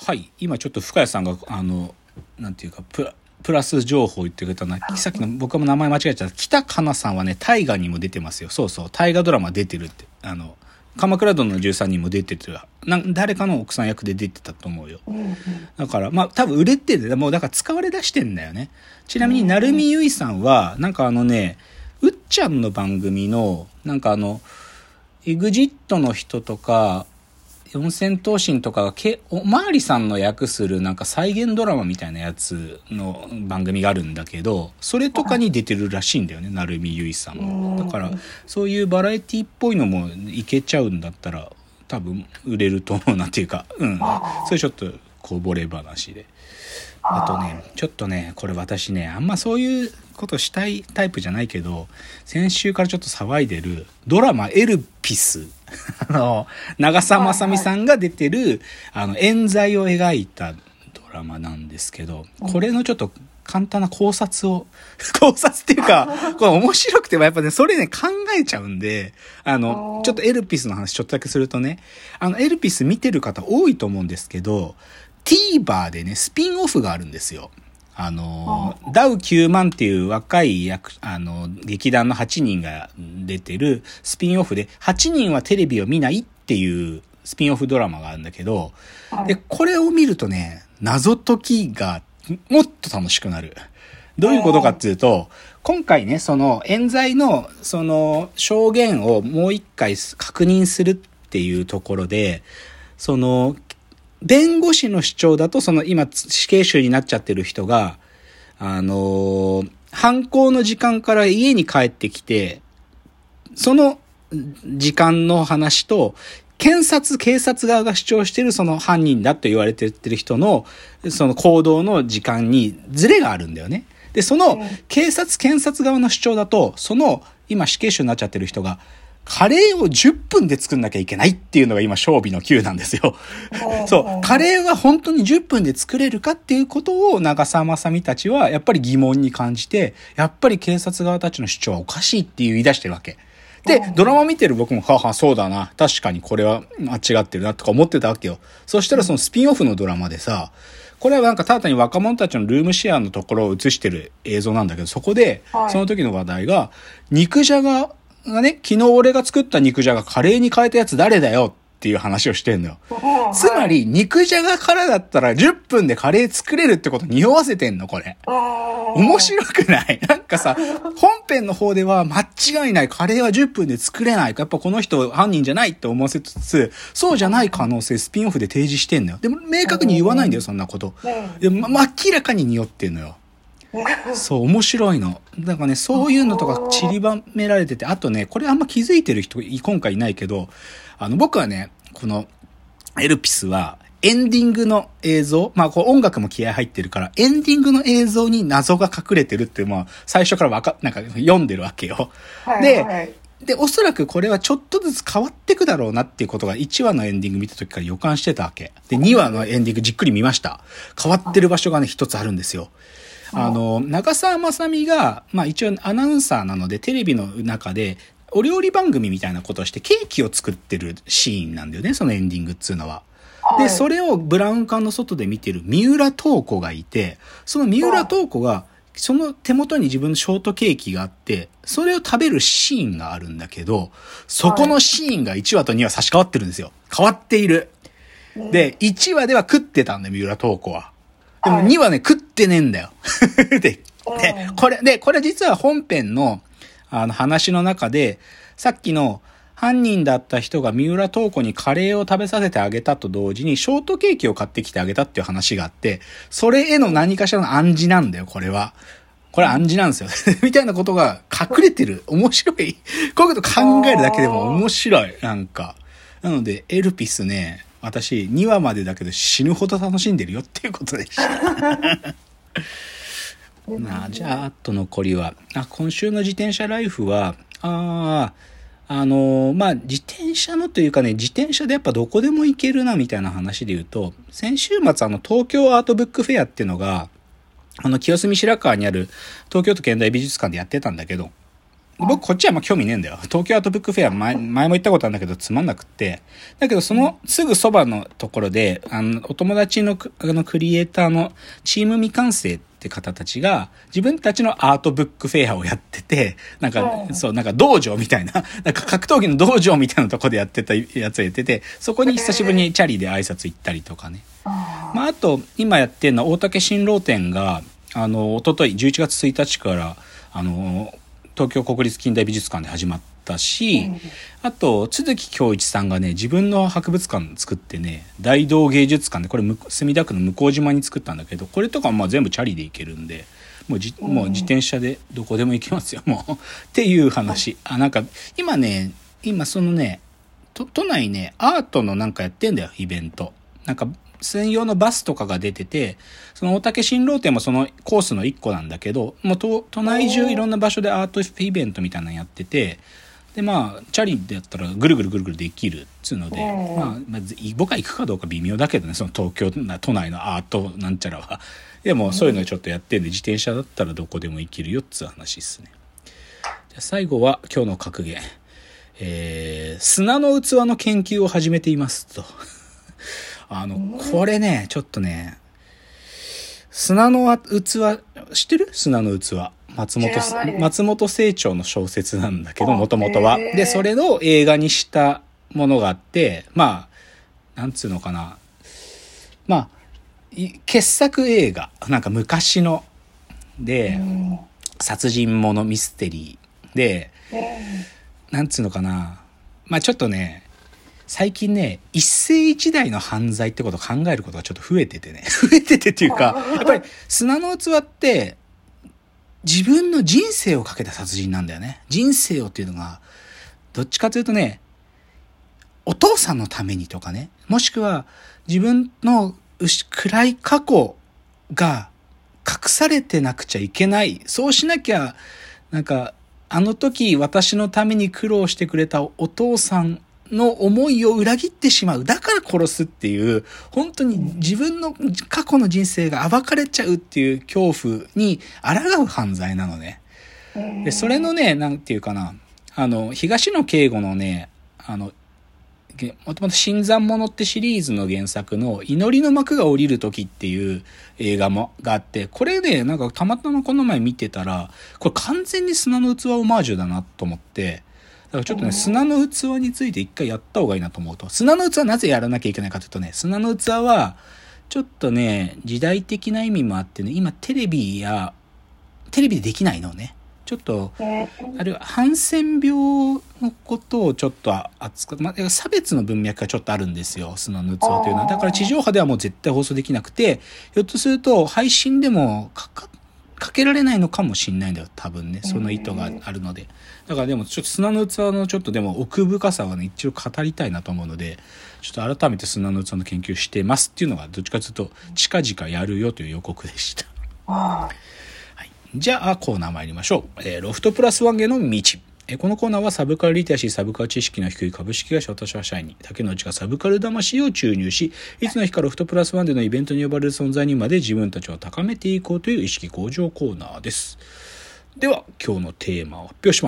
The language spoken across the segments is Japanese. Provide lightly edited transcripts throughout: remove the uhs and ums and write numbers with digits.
はい、今ちょっと深谷さんがなんていうかプラス情報を言ってくれたのは、さっきの僕も名前間違えちゃった北かなさんはね、大河にも出てますよ。そうそう、大河ドラマ出てるって、鎌倉殿の13人も出てる、誰かの奥さん役で出てたと思うよ。だからまあ多分売れてる、もうだから使われ出してんだよね。ちなみに成海結衣さんはなんかうっちゃんの番組のなんかEXIT の人とか四千頭身とかがおまわりさんの役するなんか再現ドラマみたいなやつの番組があるんだけど、それとかに出てるらしいんだよね、成海結衣さんも。だからそういうバラエティっぽいのもいけちゃうんだったら多分売れると思うなっていうか、それちょっとこぼれ話で。あとね、ちょっとね、これ私ね、あんまそういうことしたいタイプじゃないけど、先週からちょっと騒いでるドラマエルピス長澤まさみさんが出てる冤罪を描いたドラマなんですけど、これのちょっと簡単な考察っていうか、これ面白くてもやっぱね、それね考えちゃうんで、ちょっとエルピスの話ちょっとだけするとね、エルピス見てる方多いと思うんですけど、TVer でね、スピンオフがあるんですよ。ダウ9万っていう若い劇団の8人が出てるスピンオフで、8人はテレビを見ないっていうスピンオフドラマがあるんだけど、で、これを見るとね、謎解きがもっと楽しくなる。どういうことかっていうと、今回ね、その冤罪のその証言をもう一回確認するっていうところで、その弁護士の主張だと、その今死刑囚になっちゃってる人が、犯行の時間から家に帰ってきて、その時間の話と、警察側が主張しているその犯人だと言われてる人の、その行動の時間にズレがあるんだよね。で、その検察側の主張だと、その今死刑囚になっちゃってる人が、カレーを10分で作んなきゃいけないっていうのが今勝負の9なんですよ。そう。カレーは本当に10分で作れるかっていうことを長澤まさみたちはやっぱり疑問に感じて、やっぱり警察側たちの主張はおかしいって言い出してるわけ。で、ドラマ見てる僕も、そうだな。確かにこれは間違ってるなとか思ってたわけよ。そしたらそのスピンオフのドラマでさ、これはなんかただに若者たちのルームシェアのところを映してる映像なんだけど、そこで、その時の話題が、肉じゃががね、昨日俺が作った肉じゃがカレーに変えたやつ誰だよっていう話をしてんのよ。つまり、肉じゃがからだったら10分でカレー作れるってこと匂わせてんの、これ。面白くない？なんかさ、本編の方では間違いないカレーは10分で作れない。やっぱこの人犯人じゃないって思わせつつ、そうじゃない可能性スピンオフで提示してんのよ。でも明確に言わないんだよ、そんなこと。で明らかに匂ってんのよ。そう、面白いの。だからね、そういうのとか散りばめられてて、あとね、これあんま気づいてる人今回いないけど、僕はね、このエルピスはエンディングの映像、まあこう音楽も気合入ってるから、エンディングの映像に謎が隠れてるって、まあ最初からなんか読んでるわけよ。で、おそらくこれはちょっとずつ変わってくだろうなっていうことが1話のエンディング見た時から予感してたわけ。で、2話のエンディングじっくり見ました。変わってる場所がね、一つあるんですよ。長澤まさみが、まあ一応アナウンサーなので、テレビの中で、お料理番組みたいなことをしてケーキを作ってるシーンなんだよね、そのエンディングっつうのは。で、それをブラウン管の外で見てる三浦透子がいて、その三浦透子が、その手元に自分のショートケーキがあって、それを食べるシーンがあるんだけど、そこのシーンが1話と2話差し替わってるんですよ。変わっている。で、1話では食ってたんだよ、三浦透子は。でも2話ね、食ってねえんだよ。これ実は本編の、話の中で、さっきの犯人だった人が三浦透子にカレーを食べさせてあげたと同時に、ショートケーキを買ってきてあげたっていう話があって、それへの何かしらの暗示なんだよ、これは。これ暗示なんですよ。みたいなことが隠れてる。面白い。こういうこと考えるだけでも面白い。なんか。なので、エルピスね、私2話までだけど死ぬほど楽しんでるよっていうことでした。じゃあ、あと残りは、今週の自転車ライフは、まあ、自転車のというかね、自転車でやっぱどこでも行けるなみたいな話で言うと、先週末東京アートブックフェアっていうのが、清澄白河にある東京都現代美術館でやってたんだけど、 僕こっちは興味ねえんだよ。東京アートブックフェア前も行ったことあるんだけどつまんなくって。だけどそのすぐそばのところで、お友達のクリエイターのチーム未完成って方たちが自分たちのアートブックフェアをやってて、なんか道場みたいな、なんか格闘技の道場みたいなところでやってたやつをやってて、そこに久しぶりにチャリで挨拶行ったりとかね。あと、今やってるのは大竹新郎店が、おととい11月1日から、東京国立近代美術館で始まったし、あと、都築恭一さんがね、自分の博物館作ってね、大道芸術館で、これ墨田区の向島に作ったんだけど、これとかも全部チャリで行けるんで、もう自転車でどこでも行けますよ、もう。っていう話。なんか、今そのね、都内ね、アートのなんかやってんだよ、イベント。なんか、専用のバスとかが出てて、その大竹新郎店もそのコースの一個なんだけど、もう都内中いろんな場所でアートイベントみたいなのやってて、でチャリでやったらぐるぐるできるっつうので、僕は行くかどうか微妙だけどね、その都内のアートなんちゃらは。でもそういうのちょっとやってんで、自転車だったらどこでも行けるよっつう話ですね。じゃあ最後は今日の格言。砂の器の研究を始めていますと。これね、ちょっとね、砂の器、知ってる？砂の器。松本清張の小説なんだけど、もともとは。で、それの映画にしたものがあって、なんつうのかな。傑作映画。なんか昔の。で、殺人ものミステリー。で、なんつうのかな。ちょっとね、最近ね、一世一代の犯罪ってことを考えることがちょっと増えててっていうか、やっぱり砂の器って自分の人生をかけた殺人なんだよね。人生をっていうのが、どっちかというとね、お父さんのためにとかね、もしくは自分の暗い過去が隠されてなくちゃいけない。そうしなきゃ、なんか、あの時私のために苦労してくれたお父さんの思いを裏切ってしまう。だから殺すっていう、本当に自分の過去の人生が暴かれちゃうっていう恐怖に抗う犯罪なのね。で、それのね、なんていうかな、東野圭吾のね、もともと新参者ってシリーズの原作の祈りの幕が降りる時っていう映画があって、これね、なんかたまたまこの前見てたら、これ完全に砂の器オマージュだなと思って、だからちょっとね、砂の器について一回やった方がいいなと思うと、砂の器なぜやらなきゃいけないかというとね、砂の器は、ちょっとね、時代的な意味もあってね、今テレビでできないのね。ちょっと、あるいはハンセン病のことをちょっと扱う、差別の文脈がちょっとあるんですよ、砂の器というのは。だから地上波ではもう絶対放送できなくて、ひょっとすると配信でもかけられないのかもしれないんだよ、多分ね。その意図があるので。だからでもちょっと砂の器のちょっとでも奥深さはね、一応語りたいなと思うので、ちょっと改めて砂の器の研究してますっていうのが、どっちかというと近々やるよという予告でした。じゃあコーナー参りましょう。ロフトプラスワンへの道。このコーナーはサブカルリテラシー、サブカル知識の低い株式会社私は社員に、竹之内がサブカル魂を注入し、いつの日かロフトプラスワンでのイベントに呼ばれる存在にまで自分たちを高めていこうという意識向上コーナーです。では今日のテーマを発表します。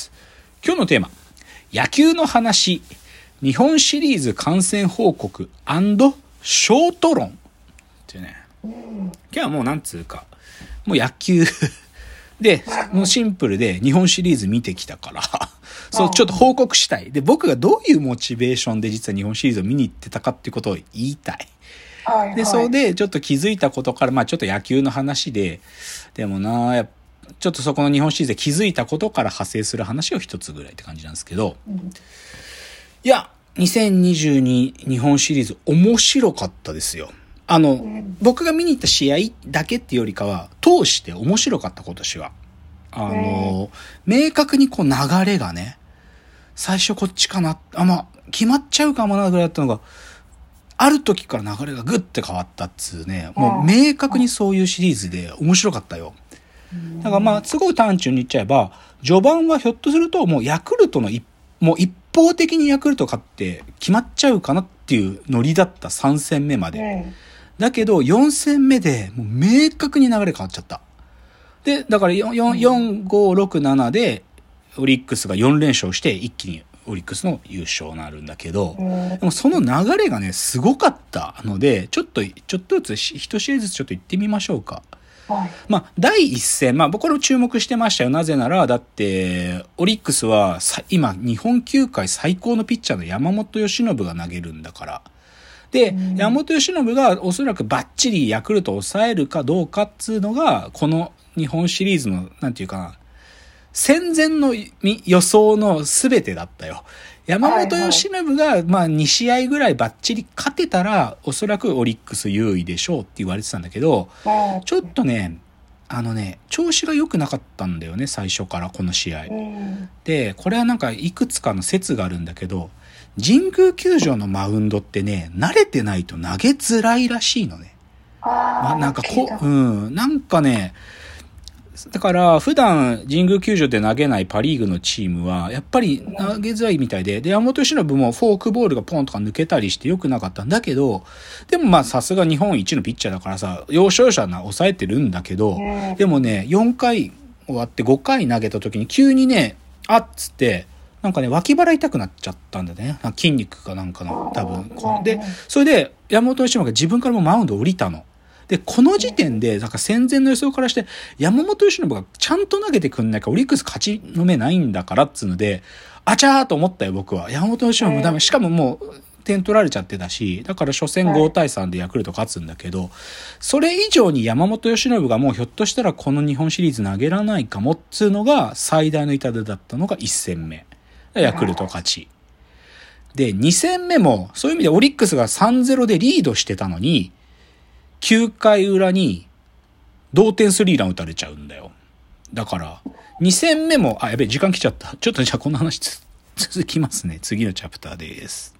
今日のテーマ、野球の話、日本シリーズ観戦報告&ショート論ってね。今日はもうなんつうか、もう野球で、もうシンプルで日本シリーズ見てきたからそう、ちょっと報告したい。で、僕がどういうモチベーションで実は日本シリーズを見に行ってたかっていうことを言いたい。で、それでちょっと気づいたことから、ちょっと野球の話で、でもな、ちょっとそこの日本シリーズで気づいたことから派生する話を一つぐらいって感じなんですけど、いや、2022日本シリーズ面白かったですよ。僕が見に行った試合だけっていうよりかは、通して面白かった今年は。明確にこう流れがね、最初こっちかな、決まっちゃうかもなぐらいだったのが、ある時から流れがグッて変わったっつうね、もう明確にそういうシリーズで面白かったよ。だからすごい単純に言っちゃえば、序盤はひょっとするともうヤクルトのもう一方的にヤクルト勝って決まっちゃうかなっていうノリだった3戦目まで。だけど4戦目でもう明確に流れ変わっちゃった。で、だから4、5、6、7で、 オリックスが4連勝して一気にオリックスの優勝になるんだけど、でもその流れがね、すごかったので、ちょっとずつ、一試合ずつちょっと行ってみましょうか。 はい。 まあ、第一戦、まあ、僕これも注目してましたよ。なぜなら、だって、オリックスは、今、日本球界最高のピッチャーの山本由伸が投げるんだから。で、山本由伸がおそらくバッチリヤクルトを抑えるかどうかっつうのが、この日本シリーズの、なんていうかな、戦前の予想の全てだったよ。山本由伸が、まあ2試合ぐらいバッチリ勝てたら、おそらくオリックス優位でしょうって言われてたんだけど、ちょっとね、調子が良くなかったんだよね、最初からこの試合。で、これはなんかいくつかの説があるんだけど、神宮球場のマウンドってね、慣れてないと投げづらいらしいのね。まあ、なんかなんかね、だから普段神宮球場で投げないパリーグのチームはやっぱり投げづらいみたいで、山本由伸もフォークボールがポンとか抜けたりして良くなかったんだけど、でもまあさすが日本一のピッチャーだからさ、要所要所は抑えてるんだけど、でもね、4回終わって5回投げた時に急にね、あっつって、なんかね、脇腹痛くなっちゃったんだね。筋肉かなんかの、多分。で、それで山本由伸が自分からもマウンド降りたの。で、この時点で、なんか戦前の予想からして、山本由伸がちゃんと投げてくんないか、オリックス勝ちの目ないんだからっつうので、あちゃーと思ったよ、僕は。山本由伸もダメ。しかももう、点取られちゃってたし、だから初戦5対3でヤクルト勝つんだけど、それ以上に山本由伸がもうひょっとしたらこの日本シリーズ投げらないかもっつうのが最大の痛手だったのが1戦目。ヤクルト勝ち。で、2戦目も、そういう意味でオリックスが 3-0 でリードしてたのに、9回裏に同点スリーラン打たれちゃうんだよ。だから、2戦目も、やべえ、時間来ちゃった。ちょっとじゃあこの話続きますね。次のチャプターです。